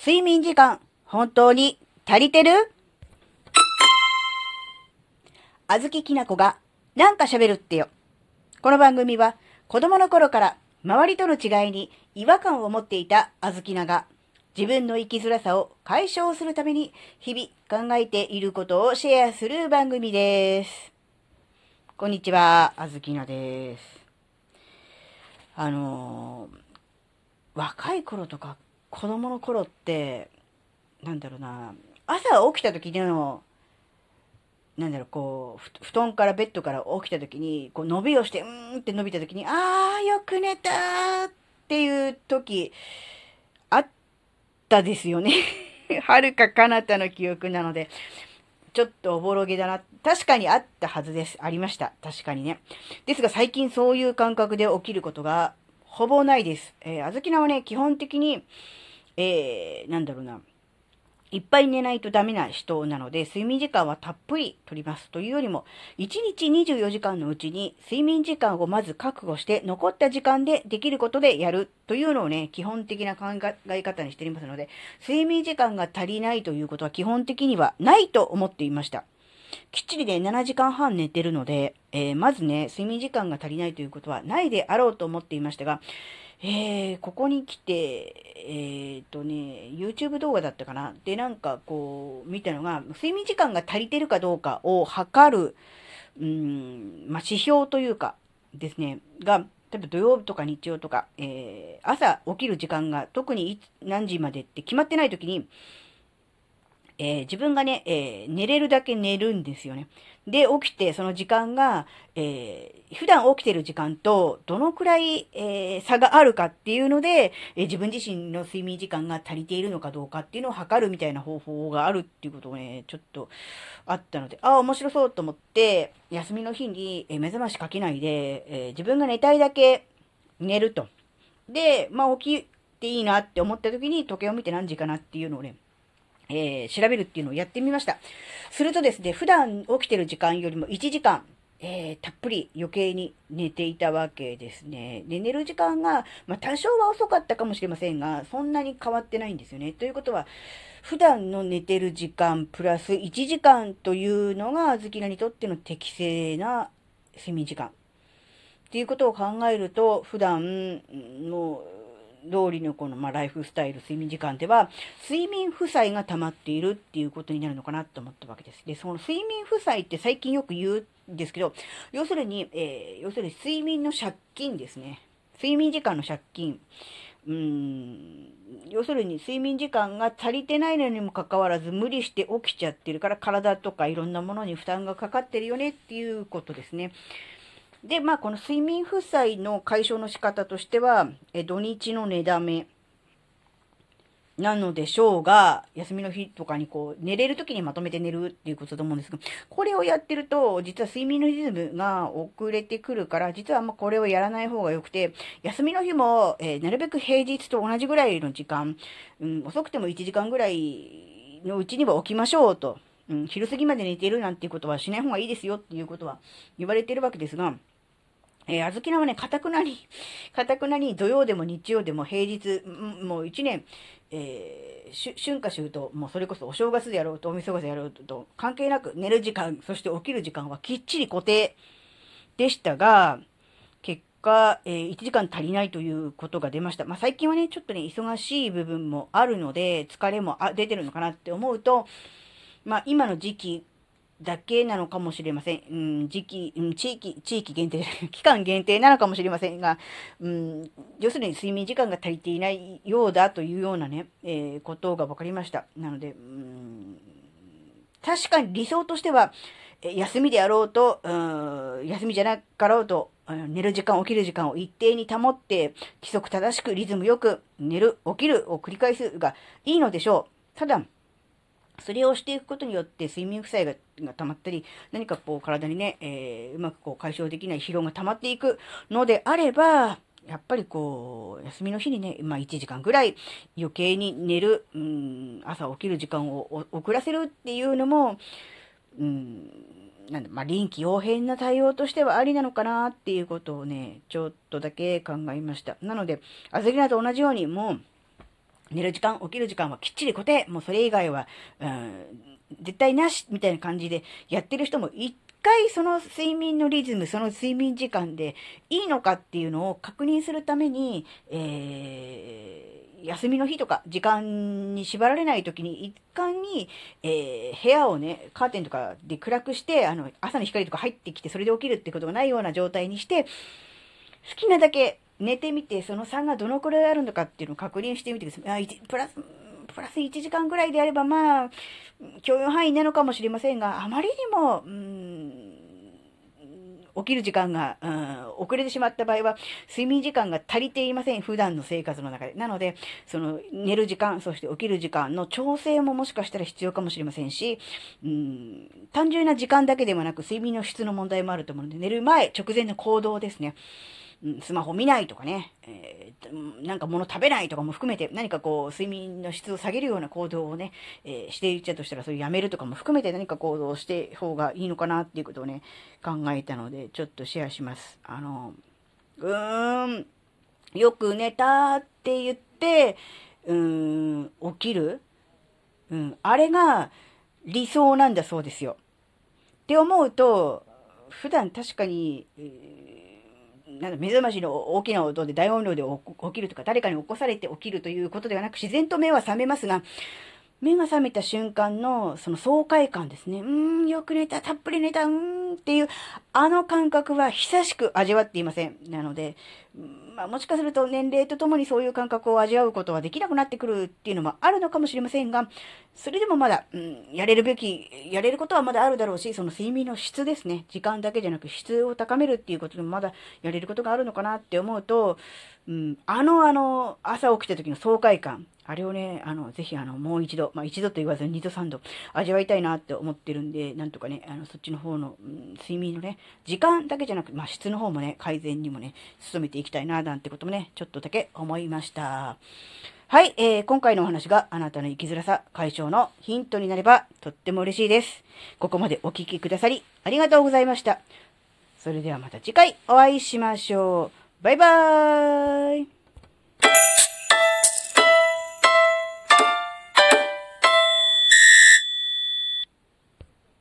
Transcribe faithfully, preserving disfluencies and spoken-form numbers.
睡眠時間、本当に足りてる？あずききなこが、なんか喋るってよ。この番組は、子供の頃から周りとの違いに違和感を持っていたあずきなが、自分の生きづらさを解消するために、日々考えていることをシェアする番組です。こんにちは、あずきなです。あのー、若い頃とか子供の頃って、なんだろうな、朝起きた時の、なんだろう、こう、布団からベッドから起きた時に、こう伸びをして、うーんって伸びた時に、あー、よく寝たーっていう時、あったですよね。はるか彼方の記憶なので、ちょっとおぼろげだな。確かにあったはずです。ありました。確かにね。ですが最近そういう感覚で起きることがほぼないです。えー、あずきなはね、基本的に、えー、なんだろうな。いっぱい寝ないとダメな人なので、睡眠時間はたっぷり取ります。というよりも、いちにちにじゅうよじかんのうちに睡眠時間をまず確保して、残った時間でできることでやるというのをね、基本的な考え方にしていますので、睡眠時間が足りないということは基本的にはないと思っていました。きっちりでななじかんはん寝てるので、えー、まずね、睡眠時間が足りないということはないであろうと思っていましたが、えー、ここに来て、えーっとね、YouTube 動画だったかなで、なんかこう、見たのが、睡眠時間が足りてるかどうかを測る、うん、まあ、指標というか、ですね、が、例えば土曜日とか日曜とか、えー、朝起きる時間が特にいつ何時までって決まってない時に、えー、自分がね、えー、寝れるだけ寝るんですよね。で、起きて、その時間が、えー、普段起きてる時間と、どのくらい、えー、差があるかっていうので、えー、自分自身の睡眠時間が足りているのかどうかっていうのを測るみたいな方法があるっていうことをね、ちょっとあったので、ああ、面白そうと思って、休みの日に、えー、目覚ましかけないで、えー、自分が寝たいだけ寝ると。で、まあ起きていいなって思った時に時計を見て何時かなっていうのをね、えー、調べるっていうのをやってみました。するとですね、普段起きてる時間よりもいちじかん、えー、たっぷり余計に寝ていたわけですね。で、寝る時間が、まあ、多少は遅かったかもしれませんが、そんなに変わってないんですよね。ということは、普段の寝てる時間プラスいちじかんというのが、あずきなにとっての適正な睡眠時間。っていうことを考えると、普段の通りのこの、まあ、ライフスタイル、睡眠時間では、睡眠負債が溜まっているっていうことになるのかなと思ったわけです。で、その睡眠負債って最近よく言うんですけど、要するに、えー、要するに睡眠の借金ですね。睡眠時間の借金。うーん、要するに睡眠時間が足りてないのにもかかわらず無理して起きちゃってるから体とかいろんなものに負担がかかってるよねっていうことですね。で、まあ、この睡眠負債の解消の仕方としては、え土日の寝だめなのでしょうが、休みの日とかにこう、寝れる時にまとめて寝るっていうことだと思うんですが、これをやってると、実は睡眠のリズムが遅れてくるから、実はあんまこれをやらない方が良くて、休みの日も、えーなるべく平日と同じぐらいの時間、うん、遅くてもいちじかんぐらいのうちには起きましょうと。うん、昼過ぎまで寝ているなんていうことはしない方がいいですよっていうことは言われているわけですが、えー、あずきなはね、かたくなに、かたくなに土曜でも日曜でも平日、もう一年、えー、春夏秋冬、もうそれこそお正月でやろうと、おみそがでやろうと、関係なく寝る時間、そして起きる時間はきっちり固定でしたが、結果、えー、いちじかん足りないということが出ました。まあ、最近はね、ちょっとね、忙しい部分もあるので、疲れもあ出てるのかなって思うと、まあ、今の時期だけなのかもしれません。うん、時期、うん、地域、地域限定、期間限定なのかもしれませんが、うん、要するに睡眠時間が足りていないようだというようなね、えー、ことが分かりました。なので、うん、確かに理想としては、休みであろうと、うん、休みじゃなかろうと、寝る時間、起きる時間を一定に保って、規則正しくリズムよく寝る、起きるを繰り返すがいいのでしょう。ただ、それをしていくことによって睡眠負債がが溜まったり、何かこう体にね、えー、うまくこう解消できない疲労が溜まっていくのであれば、やっぱりこう、休みの日にね、まあいちじかんぐらい余計に寝る、うん、朝起きる時間を遅らせるっていうのも、うん、なんだ、まあ臨機応変な対応としてはありなのかなっていうことをね、ちょっとだけ考えました。なので、アズリナと同じようにもう、 寝る時間、起きる時間はきっちり固定。もうそれ以外は、うん、絶対なし、みたいな感じでやってる人も一回その睡眠のリズム、その睡眠時間でいいのかっていうのを確認するために、えー、休みの日とか時間に縛られない時に一回に、えー、部屋をね、カーテンとかで暗くして、あの、朝の光とか入ってきてそれで起きるってことがないような状態にして、好きなだけ寝てみて、その差がどのくらいあるのかっていうのを確認してみてください。あ、プラス、プラスいちじかんぐらいであれば、まあ、許容範囲なのかもしれませんが、あまりにも、うーん、起きる時間が、うん、遅れてしまった場合は、睡眠時間が足りていません。普段の生活の中で。なので、その、寝る時間、そして起きる時間の調整ももしかしたら必要かもしれませんし、うん、単純な時間だけではなく、睡眠の質の問題もあると思うので、寝る前、直前の行動ですね。スマホ見ないとかね、えー、なんか物食べないとかも含めて、何かこう、睡眠の質を下げるような行動をね、えー、していっちゃうとしたら、そういうやめるとかも含めて何か行動をして方がいいのかなっていうことをね、考えたので、ちょっとシェアします。あの、うーん、よく寝たって言って、うーん、起きるうん、あれが理想なんだそうですよ。って思うと、普段確かに、えーなんだ目覚ましの大きな音で大音量で起きるとか、誰かに起こされて起きるということではなく、自然と目は覚めますが、目が覚めた瞬間のその爽快感ですね。うーん、よく寝た、たっぷり寝た、うーんっていう、あの感覚は久しく味わっていません。なので、まあ、もしかすると年齢とともにそういう感覚を味わうことはできなくなってくるっていうのもあるのかもしれませんが、それでもまだ、うん、やれるべき、やれることはまだあるだろうし、その睡眠の質ですね。時間だけじゃなく質を高めるっていうことでもまだやれることがあるのかなって思うと、うん、あのあの、朝起きた時の爽快感、あれをね、あの、ぜひあの、もう一度、まあ一度と言わずに二度三度味わいたいなって思ってるんで、なんとかね、あの、そっちの方の、うん、睡眠のね、時間だけじゃなく、まあ質の方もね、改善にもね、努めていきたいな、なんてこともね、ちょっとだけ思いました。はい、えー、今回のお話があなたの生きづらさ解消のヒントになればとっても嬉しいです。ここまでお聞きくださりありがとうございました。それではまた次回お会いしましょう。バイバーイ。